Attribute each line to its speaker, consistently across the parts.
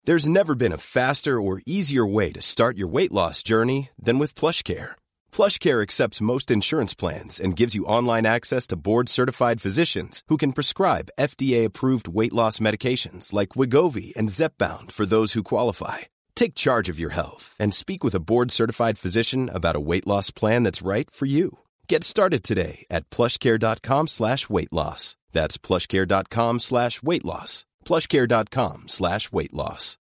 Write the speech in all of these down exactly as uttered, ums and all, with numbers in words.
Speaker 1: There's never been a faster or easier way to start your weight loss journey than with PlushCare. PlushCare accepts most insurance plans and gives you online access to board-certified physicians who can prescribe F D A-approved weight loss medications like Wegovy and Zepbound for those who qualify. Take charge of your health and speak with a board-certified physician about a weight loss plan that's right for you. Get started today at plushcare.com slash weight loss. That's plushcare.com slash weight loss. plushcare.com slash weight loss.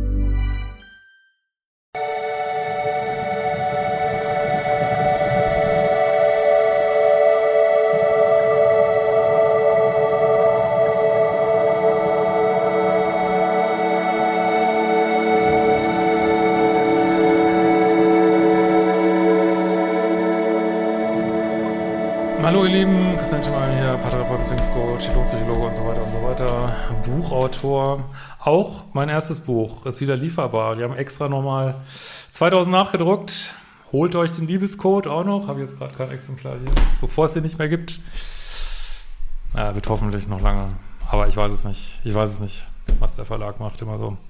Speaker 2: Hallo ihr Lieben, Christian Schimmel hier, Paartherapeut, Beziehungscoach, Psychologe und so weiter und so weiter, Buchautor. Auch mein erstes Buch ist wieder lieferbar. Die haben extra nochmal zweitausend nachgedruckt. Holt euch den Liebescode auch noch. Habe jetzt gerade kein Exemplar hier, bevor es den nicht mehr gibt. Ja, wird hoffentlich noch lange. Aber ich weiß es nicht. Ich weiß es nicht, was der Verlag macht, immer so.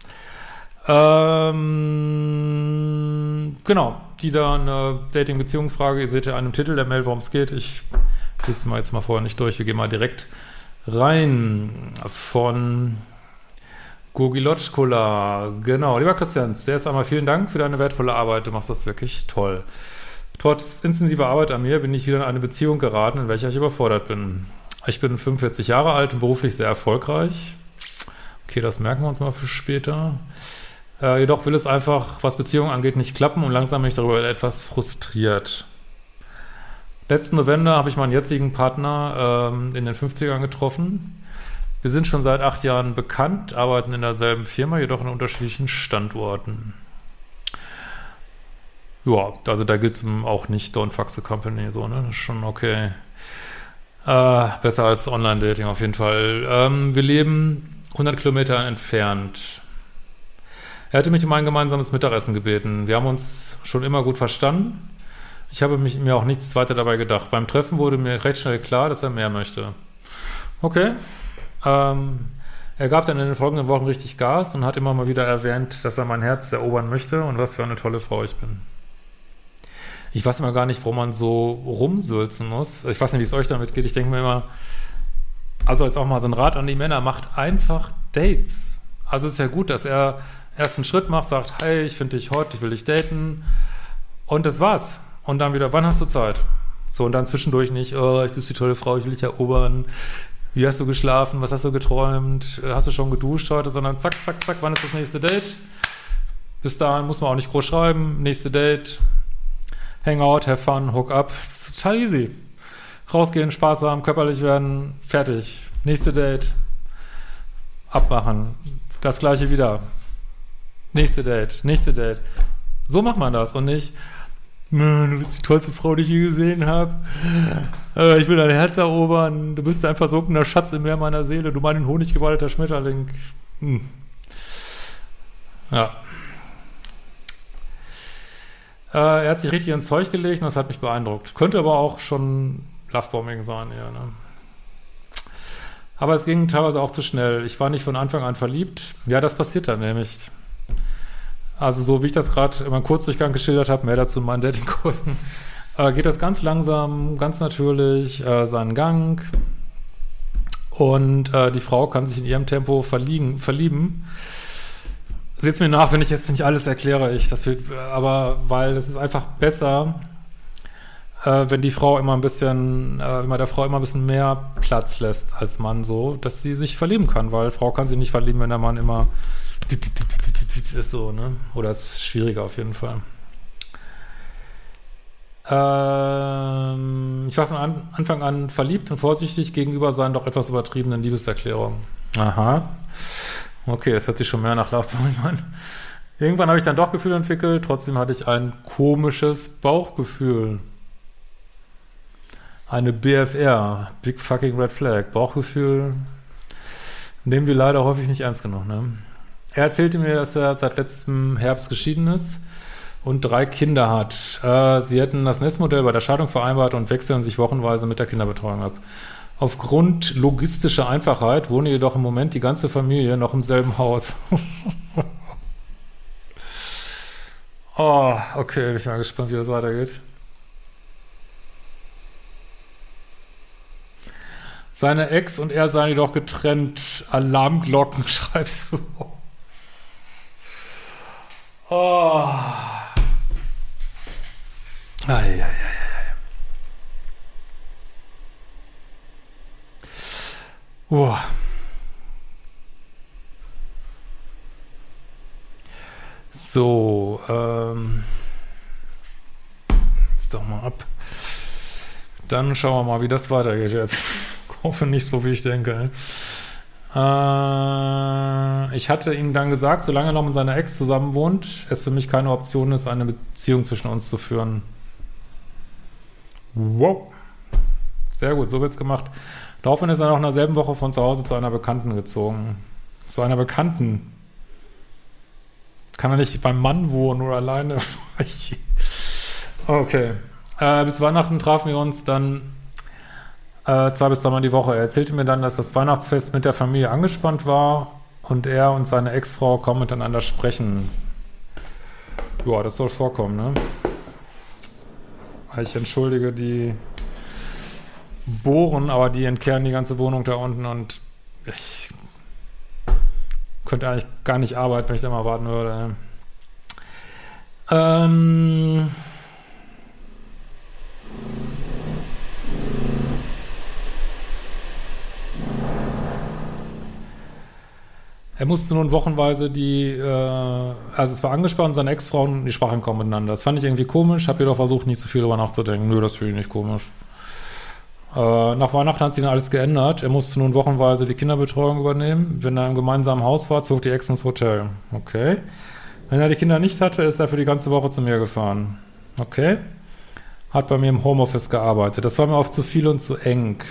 Speaker 2: Ähm, genau, die da eine Dating-Beziehung-Frage. Ihr seht ja an dem Titel der Mail, worum es geht. Ich lese mal jetzt mal vorher nicht durch. Wir gehen mal direkt rein. Von Gogilotschkola. Genau, lieber Christian, zuerst einmal vielen Dank für deine wertvolle Arbeit. Du machst das wirklich toll. Trotz intensiver Arbeit an mir bin ich wieder in eine Beziehung geraten, in welcher ich überfordert bin. Ich bin fünfundvierzig Jahre alt und beruflich sehr erfolgreich. Okay, das merken wir uns mal für später. Äh, jedoch will es einfach, was Beziehungen angeht, nicht klappen und langsam bin ich darüber etwas frustriert. Letzten November habe ich meinen jetzigen Partner ähm, in den fünfzigern getroffen. Wir sind schon seit acht Jahren bekannt, arbeiten in derselben Firma, jedoch an unterschiedlichen Standorten. Ja, also da gilt es auch nicht Don't fuck the company, so, ne? Das ist schon okay. Äh, besser als Online-Dating auf jeden Fall. Ähm, wir leben hundert Kilometer entfernt. Er hatte mich um ein gemeinsames Mittagessen gebeten. Wir haben uns schon immer gut verstanden. Ich habe mich, mir auch nichts weiter dabei gedacht. Beim Treffen wurde mir recht schnell klar, dass er mehr möchte. Okay. Ähm, er gab dann in den folgenden Wochen richtig Gas und hat immer mal wieder erwähnt, dass er mein Herz erobern möchte und was für eine tolle Frau ich bin. Ich weiß immer gar nicht, warum man so rumsülzen muss. Ich weiß nicht, wie es euch damit geht. Ich denke mir immer, also jetzt auch mal so ein Rat an die Männer, macht einfach Dates. Also es ist ja gut, dass er erst einen Schritt macht, sagt, hey, ich finde dich hot, ich will dich daten und das war's. Und dann wieder, wann hast du Zeit? So, und dann zwischendurch nicht, oh, ich bin die tolle Frau, ich will dich erobern. Wie hast du geschlafen? Was hast du geträumt? Hast du schon geduscht heute? Sondern zack, zack, zack, wann ist das nächste Date? Bis dahin muss man auch nicht groß schreiben. Nächste Date, Hangout, have fun, hook up. Das ist total easy. Rausgehen, Spaß haben, körperlich werden, fertig. Nächste Date, abmachen. Das gleiche wieder. Nächste Date, nächste Date. So macht man das und nicht, du bist die tollste Frau, die ich je gesehen habe. Äh, ich will dein Herz erobern. Du bist ein versunkener Schatz im Meer meiner Seele. Du mein in Honig geballeter Schmetterling. Hm. Ja. Äh, er hat sich richtig ins Zeug gelegt und das hat mich beeindruckt. Könnte aber auch schon Lovebombing sein, ja, ne? Aber es ging teilweise auch zu schnell. Ich war nicht von Anfang an verliebt. Ja, das passiert dann nämlich. Also so wie ich das gerade in meinem Kurzdurchgang geschildert habe, mehr dazu in meinen Datingkursen, äh, geht das ganz langsam, ganz natürlich, äh, seinen Gang. Und äh, die Frau kann sich in ihrem Tempo verlieben. verlieben. Seht's mir nach, wenn ich jetzt nicht alles erkläre, ich, das wird, aber weil es ist einfach besser, äh, wenn die Frau immer ein bisschen, äh, wenn man der Frau immer ein bisschen mehr Platz lässt als Mann, so, dass sie sich verlieben kann, weil Frau kann sich nicht verlieben, wenn der Mann immer ist so, ne? Oder es ist schwieriger auf jeden Fall. Ähm, ich war von an, Anfang an verliebt und vorsichtig gegenüber seinen doch etwas übertriebenen Liebeserklärungen. Aha. Okay, das hört sich schon mehr nach Lovebombing an. Irgendwann habe ich dann doch Gefühle entwickelt, trotzdem hatte ich ein komisches Bauchgefühl. Eine B F R, Big Fucking Red Flag, Bauchgefühl, nehmen wir leider häufig nicht ernst genug, ne? Er erzählte mir, dass er seit letztem Herbst geschieden ist und drei Kinder hat. Äh, sie hätten das Nestmodell bei der Scheidung vereinbart und wechseln sich wochenweise mit der Kinderbetreuung ab. Aufgrund logistischer Einfachheit wohne jedoch im Moment die ganze Familie noch im selben Haus. Oh, okay, ich bin mal gespannt, wie das weitergeht. Seine Ex und er seien jedoch getrennt. Alarmglocken schreibst du. Oh. Eieiei. Oh. So, ähm. Jetzt doch mal ab. Dann schauen wir mal, wie das weitergeht jetzt. Ich hoffe nicht so, wie ich denke. Äh, ich hatte ihm dann gesagt, solange er noch mit seiner Ex zusammen wohnt, es für mich keine Option ist, eine Beziehung zwischen uns zu führen. Wow. Sehr gut, so wird's gemacht. Daraufhin ist er noch in derselben Woche von zu Hause zu einer Bekannten gezogen. Zu einer Bekannten. Kann er nicht beim Mann wohnen oder alleine? Okay. Äh, bis Weihnachten trafen wir uns dann äh, zwei bis dreimal die Woche. Er erzählte mir dann, dass das Weihnachtsfest mit der Familie angespannt war und er und seine Ex-Frau kaum miteinander sprechen. Ja, das soll vorkommen, ne? Ich entschuldige die Bohren, aber die entkehren die ganze Wohnung da unten und ich könnte eigentlich gar nicht arbeiten, wenn ich da mal warten würde. Ähm... Er musste nun wochenweise die, äh, also es war angespannt, seine Ex-Frau und die sprachen kaum miteinander. Das fand ich irgendwie komisch, habe jedoch versucht, nicht so viel darüber nachzudenken. Nö, das finde ich nicht komisch. Äh, nach Weihnachten hat sich dann alles geändert. Er musste nun wochenweise die Kinderbetreuung übernehmen. Wenn er im gemeinsamen Haus war, zog die Ex ins Hotel. Okay. Wenn er die Kinder nicht hatte, ist er für die ganze Woche zu mir gefahren. Okay. Hat bei mir im Homeoffice gearbeitet. Das war mir oft zu viel und zu eng.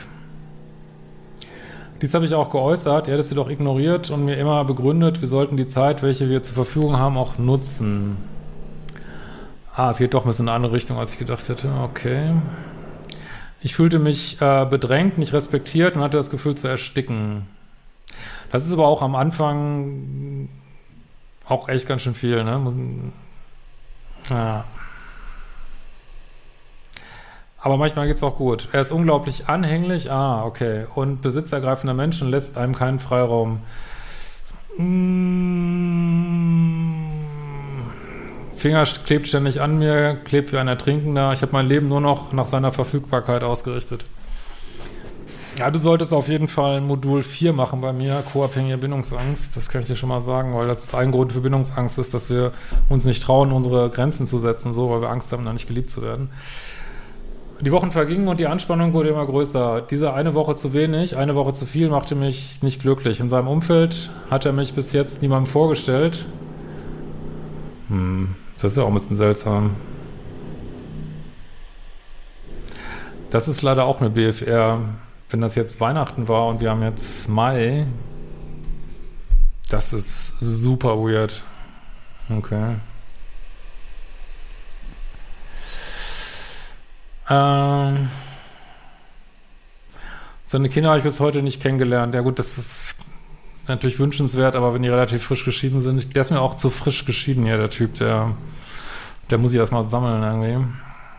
Speaker 2: Dies habe ich auch geäußert, er hat es jedoch ignoriert und mir immer begründet, wir sollten die Zeit, welche wir zur Verfügung haben, auch nutzen. Ah, es geht doch ein bisschen in eine andere Richtung, als ich gedacht hätte. Okay. Ich fühlte mich äh, bedrängt, nicht respektiert und hatte das Gefühl zu ersticken. Das ist aber auch am Anfang auch echt ganz schön viel, ne? Ja. Aber manchmal geht's auch gut. Er ist unglaublich anhänglich, ah, okay, und besitzergreifender Mensch und lässt einem keinen Freiraum. Finger klebt ständig an mir, klebt wie ein Ertrinkender. Ich habe mein Leben nur noch nach seiner Verfügbarkeit ausgerichtet. Ja, du solltest auf jeden Fall Modul vier machen bei mir, co-abhängige Bindungsangst. Das kann ich dir schon mal sagen, weil das ist ein Grund für Bindungsangst ist, dass wir uns nicht trauen, unsere Grenzen zu setzen, so, weil wir Angst haben, da nicht geliebt zu werden. Die Wochen vergingen und die Anspannung wurde immer größer. Diese eine Woche zu wenig, eine Woche zu viel machte mich nicht glücklich. In seinem Umfeld hat er mich bis jetzt niemandem vorgestellt. Hm, das ist ja auch ein bisschen seltsam. Das ist leider auch eine B F R. Wenn das jetzt Weihnachten war und wir haben jetzt Mai, das ist super weird. Okay. Ähm, seine Kinder habe ich bis heute nicht kennengelernt. Ja gut, das ist natürlich wünschenswert, aber wenn die relativ frisch geschieden sind, der ist mir auch zu frisch geschieden hier, der Typ, der, der muss ich erstmal sammeln irgendwie.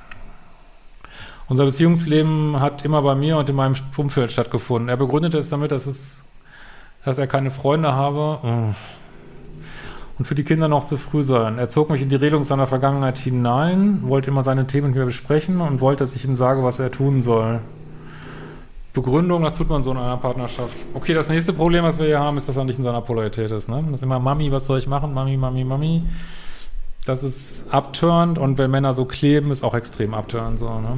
Speaker 2: Unser Beziehungsleben hat immer bei mir und in meinem Umfeld stattgefunden. Er begründete es damit, dass es, dass er keine Freunde habe. Oh. Und für die Kinder noch zu früh sein. Er zog mich in die Regelung seiner Vergangenheit hinein, wollte immer seine Themen mit mir besprechen und wollte, dass ich ihm sage, was er tun soll. Begründung, das tut man so in einer Partnerschaft. Okay, das nächste Problem, was wir hier haben, ist, dass er nicht in seiner Polarität ist. Ne? Das ist immer, Mami, was soll ich machen? Mami, Mami, Mami. Das ist abturnt und wenn Männer so kleben, ist auch extrem abturnt. So, ne?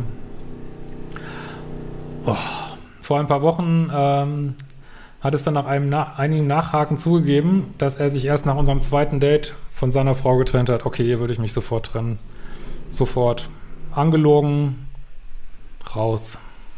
Speaker 2: Oh. Vor ein paar Wochen ähm, hat es dann nach einem nach, einigen Nachhaken zugegeben, dass er sich erst nach unserem zweiten Date von seiner Frau getrennt hat. Okay, hier würde ich mich sofort trennen. Sofort. Angelogen. Raus.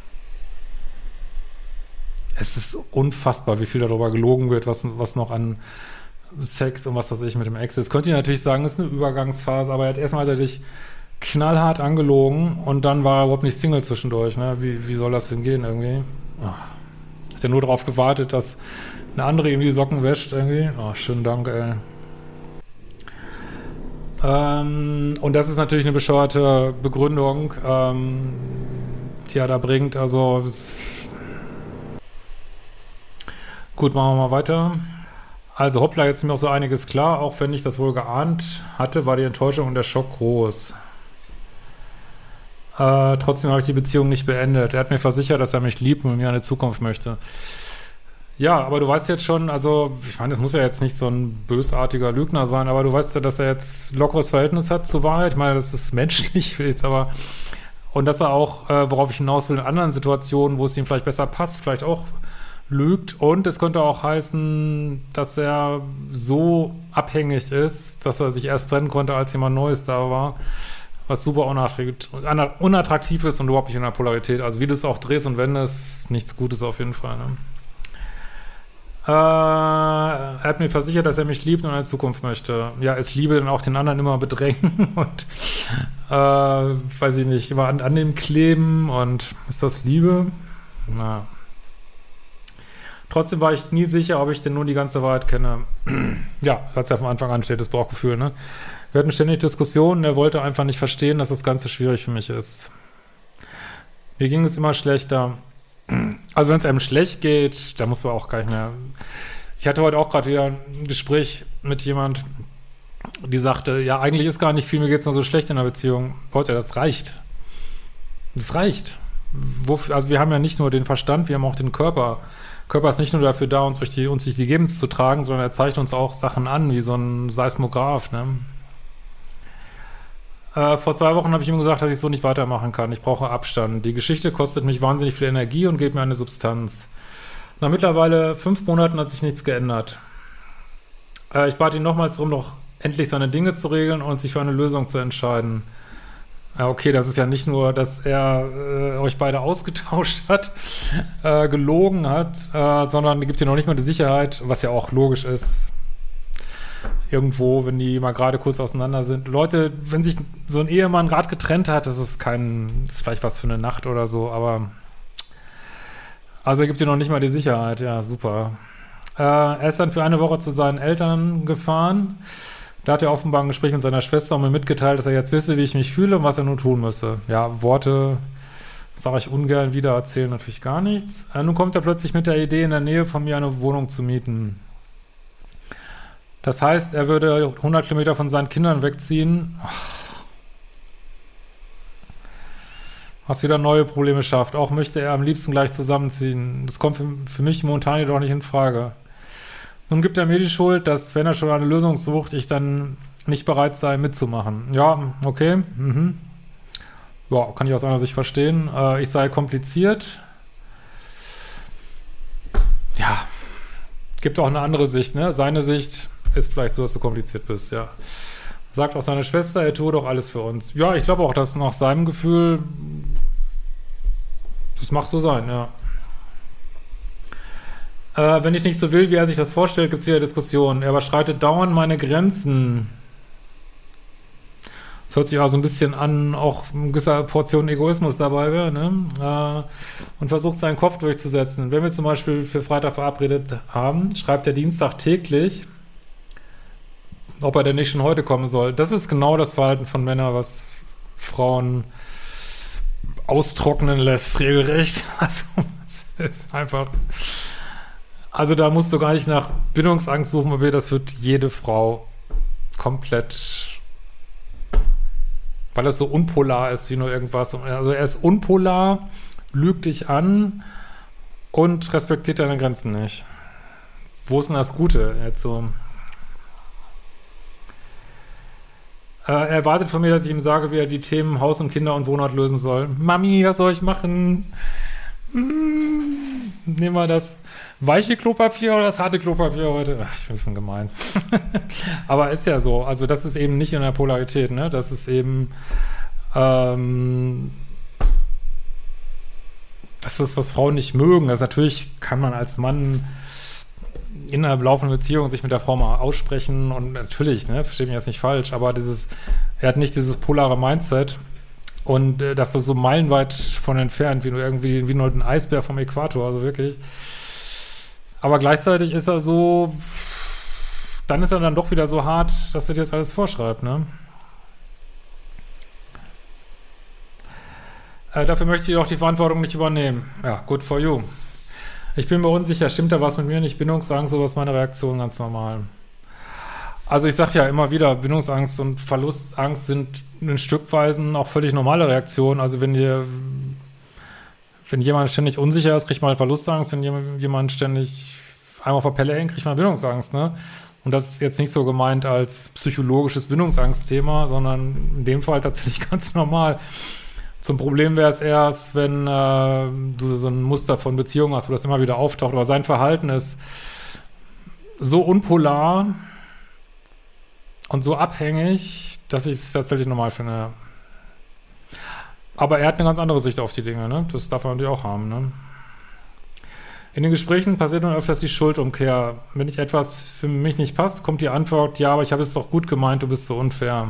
Speaker 2: Es ist unfassbar, wie viel darüber gelogen wird, was, was noch an Sex und was weiß ich mit dem Ex ist. Könnte ich natürlich sagen, ist eine Übergangsphase, aber er hat erstmal hat er dich knallhart angelogen und dann war er überhaupt nicht Single zwischendurch. Ne? Wie, wie soll das denn gehen irgendwie? Oh. Hat er nur darauf gewartet, dass eine andere ihm die Socken wäscht irgendwie. Oh, schönen Dank, ey. Ähm, und das ist natürlich eine bescheuerte Begründung, ähm, die er da bringt. Also es, gut, machen wir mal weiter. Also hoppla, jetzt ist mir auch so einiges klar. Auch wenn ich das wohl geahnt hatte, war die Enttäuschung und der Schock groß. Äh, trotzdem habe ich die Beziehung nicht beendet. Er hat mir versichert, dass er mich liebt und mit mir eine Zukunft möchte. Ja, aber du weißt jetzt schon, also ich meine, das muss ja jetzt nicht so ein bösartiger Lügner sein, aber du weißt ja, dass er jetzt lockeres Verhältnis hat zur Wahrheit. Ich meine, das ist menschlich, will ich jetzt aber. Und dass er auch, äh, worauf ich hinaus will, in anderen Situationen, wo es ihm vielleicht besser passt, vielleicht auch lügt. Und es könnte auch heißen, dass er so abhängig ist, dass er sich erst trennen konnte, als jemand Neues da war. Was super unattraktiv ist und überhaupt nicht in der Polarität. Also wie du es auch drehst und wendest, nichts Gutes auf jeden Fall. Ne? Äh, er hat mir versichert, dass er mich liebt und eine Zukunft möchte. Ja, es liebe dann auch den anderen immer bedrängen und äh, weiß ich nicht, immer an, an dem kleben und ist das Liebe? Na. Trotzdem war ich nie sicher, ob ich denn nun die ganze Wahrheit kenne. Ja, hat es ja von Anfang an, steht das Bauchgefühl, ne? Wir hatten ständig Diskussionen, er wollte einfach nicht verstehen, dass das Ganze schwierig für mich ist. Mir ging es immer schlechter. Also wenn es einem schlecht geht, da muss man auch gar nicht mehr. Ich hatte heute auch gerade wieder ein Gespräch mit jemand, die sagte, ja, eigentlich ist gar nicht viel, mir geht es nur so schlecht in der Beziehung. Leute, das reicht. Das reicht. Wofür, also wir haben ja nicht nur den Verstand, wir haben auch den Körper. Körper ist nicht nur dafür da, uns durch die, uns durch die Gegend zu tragen, sondern er zeigt uns auch Sachen an, wie so ein Seismograph, ne? Äh, vor zwei Wochen habe ich ihm gesagt, dass ich so nicht weitermachen kann. Ich brauche Abstand. Die Geschichte kostet mich wahnsinnig viel Energie und gibt mir eine Substanz. Nach mittlerweile fünf Monaten hat sich nichts geändert. Äh, ich bat ihn nochmals darum, noch endlich seine Dinge zu regeln und sich für eine Lösung zu entscheiden. Ja, okay, das ist ja nicht nur, dass er äh, euch beide ausgetauscht hat, äh, gelogen hat, äh, sondern gibt dir noch nicht mal die Sicherheit, was ja auch logisch ist. Irgendwo, wenn die mal gerade kurz auseinander sind. Leute, wenn sich so ein Ehemann gerade getrennt hat, das ist kein, das ist vielleicht was für eine Nacht oder so, aber also er gibt dir noch nicht mal die Sicherheit. Ja, super. Äh, er ist dann für eine Woche zu seinen Eltern gefahren. Da hat er offenbar ein Gespräch mit seiner Schwester und mir mitgeteilt, dass er jetzt wisse, wie ich mich fühle und was er nun tun müsse. Ja, Worte sage ich ungern wieder, erzählen natürlich gar nichts. Äh, nun kommt er plötzlich mit der Idee, in der Nähe von mir eine Wohnung zu mieten. Das heißt, er würde hundert Kilometer von seinen Kindern wegziehen, was wieder neue Probleme schafft. Auch möchte er am liebsten gleich zusammenziehen. Das kommt für, für mich momentan jedoch nicht in Frage. Nun gibt er mir die Schuld, dass, wenn er schon eine Lösung sucht, ich dann nicht bereit sei, mitzumachen. Ja, okay. Mhm. Ja, kann ich aus einer Sicht verstehen. Äh, ich sei kompliziert. Ja, gibt auch eine andere Sicht, ne? Seine Sicht ist vielleicht so, dass du kompliziert bist, ja. Sagt auch seine Schwester, er tue doch alles für uns. Ja, ich glaube auch, dass nach seinem Gefühl, das mag so sein, ja. Äh, wenn ich nicht so will, wie er sich das vorstellt, gibt es wieder Diskussionen. Er überschreitet dauernd meine Grenzen. Es hört sich auch so ein bisschen an, auch eine gewisse Portion Egoismus dabei wäre, ne? Äh, und versucht seinen Kopf durchzusetzen. Wenn wir zum Beispiel für Freitag verabredet haben, schreibt er Dienstag täglich, ob er denn nicht schon heute kommen soll. Das ist genau das Verhalten von Männern, was Frauen austrocknen lässt, regelrecht. Also, es ist einfach... Also, da musst du gar nicht nach Bindungsangst suchen, weil das wird jede Frau komplett... Weil das so unpolar ist, wie nur irgendwas. Also, er ist unpolar, lügt dich an und respektiert deine Grenzen nicht. Wo ist denn das Gute jetzt so? Äh, er erwartet von mir, dass ich ihm sage, wie er die Themen Haus und Kinder und Wohnort lösen soll. Mami, was soll ich machen? Hm, nehmen wir das weiche Klopapier oder das harte Klopapier heute? Ach, ich finde es ein gemein. Aber ist ja so. Also das ist eben nicht in der Polarität, ne? Das ist eben ähm, das ist, was Frauen nicht mögen. Also natürlich kann man als Mann in einer laufenden Beziehung sich mit der Frau mal aussprechen und natürlich, ne, verstehe mich jetzt nicht falsch, aber dieses, er hat nicht dieses polare Mindset und äh, das ist so meilenweit von entfernt, wie nur irgendwie, wie nur ein Eisbär vom Äquator, also wirklich. Aber gleichzeitig ist er so, dann ist er dann doch wieder so hart, dass er dir das alles vorschreibt, ne? Äh, dafür möchte ich auch die Verantwortung nicht übernehmen. Ja, good for you. Ich bin mir unsicher, stimmt da was mit mir nicht? Bindungsangst, sowas ist meine Reaktion, ganz normal. Also ich sage ja immer wieder, Bindungsangst und Verlustangst sind in Stückweisen auch völlig normale Reaktionen. Also wenn ihr, wenn jemand ständig unsicher ist, kriegt man Verlustangst. Wenn jemand ständig einmal auf der Pelle hängt, kriegt man Bindungsangst, ne? Und das ist jetzt nicht so gemeint als psychologisches Bindungsangstthema, sondern in dem Fall tatsächlich ganz normal. Zum Problem wäre es erst, wenn äh, du so ein Muster von Beziehungen hast, wo das immer wieder auftaucht, aber sein Verhalten ist so unpolar und so abhängig, dass ich es tatsächlich normal finde. Aber er hat eine ganz andere Sicht auf die Dinge, ne? Das darf er natürlich auch haben, ne? In den Gesprächen passiert nun öfters die Schuldumkehr. Wenn nicht etwas für mich nicht passt, kommt die Antwort, ja, aber ich habe es doch gut gemeint, du bist so unfair.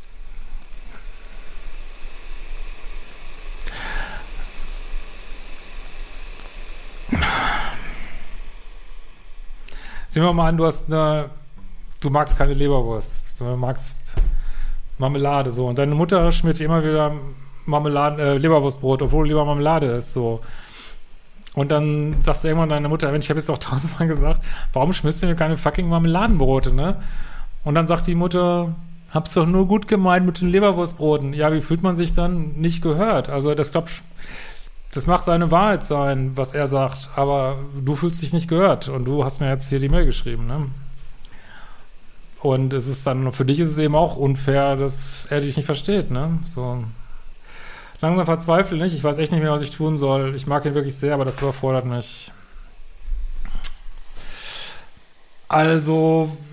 Speaker 2: Sehen wir mal an, du hast eine, du magst keine Leberwurst, du magst Marmelade, so. Und deine Mutter schmiert dir immer wieder Marmelade, äh, Leberwurstbrot, obwohl du lieber Marmelade isst, so. Und dann sagst du irgendwann deiner Mutter, Mensch, ich habe jetzt doch tausendmal gesagt, warum schmierst du mir keine fucking Marmeladenbrote, ne? Und dann sagt die Mutter, hab's doch nur gut gemeint mit den Leberwurstbroten. Ja, wie fühlt man sich dann? Nicht gehört. Also das glaub, das mag seine Wahrheit sein, was er sagt, aber du fühlst dich nicht gehört und du hast mir jetzt hier die Mail geschrieben, ne? Und es ist dann, für dich ist es eben auch unfair, dass er dich nicht versteht, ne? So. Langsam verzweifle nicht. Ich weiß echt nicht mehr, was ich tun soll. Ich mag ihn wirklich sehr, aber das überfordert mich. Also,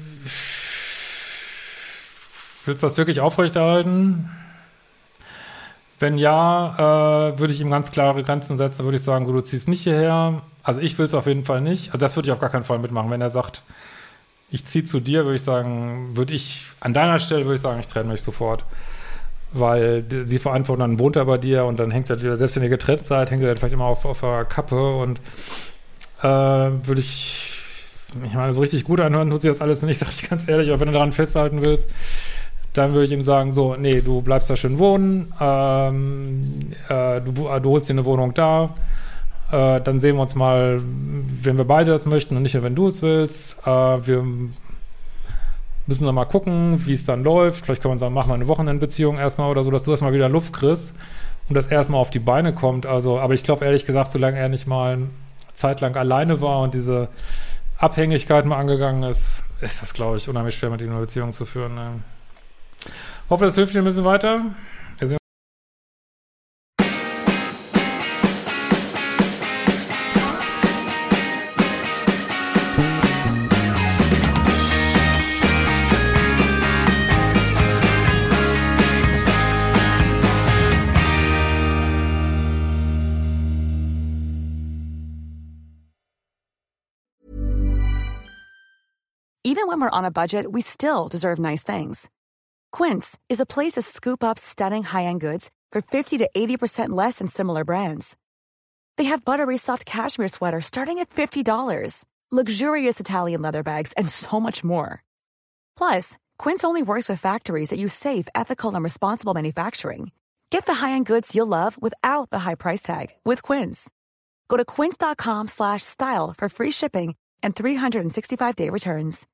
Speaker 2: willst du das wirklich aufrechterhalten? Wenn ja, äh, würde ich ihm ganz klare Grenzen setzen. Dann würde ich sagen, so, du ziehst nicht hierher. Also ich will es auf jeden Fall nicht. Also das würde ich auf gar keinen Fall mitmachen. Wenn er sagt, ich ziehe zu dir, würde ich sagen, würde ich, an deiner Stelle würde ich sagen, ich trenne mich sofort. Weil die, die Verantwortung, dann wohnt er bei dir und dann hängt er, selbst wenn ihr getrennt seid, hängt er dann vielleicht immer auf, auf der Kappe und äh, würde ich, ich meine, so richtig gut anhören tut sich das alles nicht, sag ich ganz ehrlich, auch wenn du daran festhalten willst, dann würde ich ihm sagen, so, nee, du bleibst da schön wohnen, ähm, äh, du, du holst dir eine Wohnung da, äh, dann sehen wir uns mal, wenn wir beide das möchten und nicht nur, wenn du es willst, äh, wir müssen dann mal gucken, wie es dann läuft. Vielleicht können wir sagen, machen wir eine Wochenendbeziehung erstmal oder so, dass du erstmal wieder Luft kriegst und das erstmal auf die Beine kommt. Also, aber ich glaube ehrlich gesagt, solange er nicht mal eine Zeit lang alleine war und diese Abhängigkeit mal angegangen ist, ist das, glaube ich, unheimlich schwer, mit ihm eine Beziehung zu führen. Ne? Hoffe, das hilft dir ein bisschen weiter.
Speaker 3: Even when we're on a budget, we still deserve nice things. Quince is a place to scoop up stunning high-end goods for fifty to eighty percent less than similar brands. They have buttery soft cashmere sweaters starting at fifty dollars, luxurious Italian leather bags, and so much more. Plus, Quince only works with factories that use safe, ethical, and responsible manufacturing. Get the high-end goods you'll love without the high price tag with Quince. Go to quince.com slash style for free shipping and three sixty-five day returns.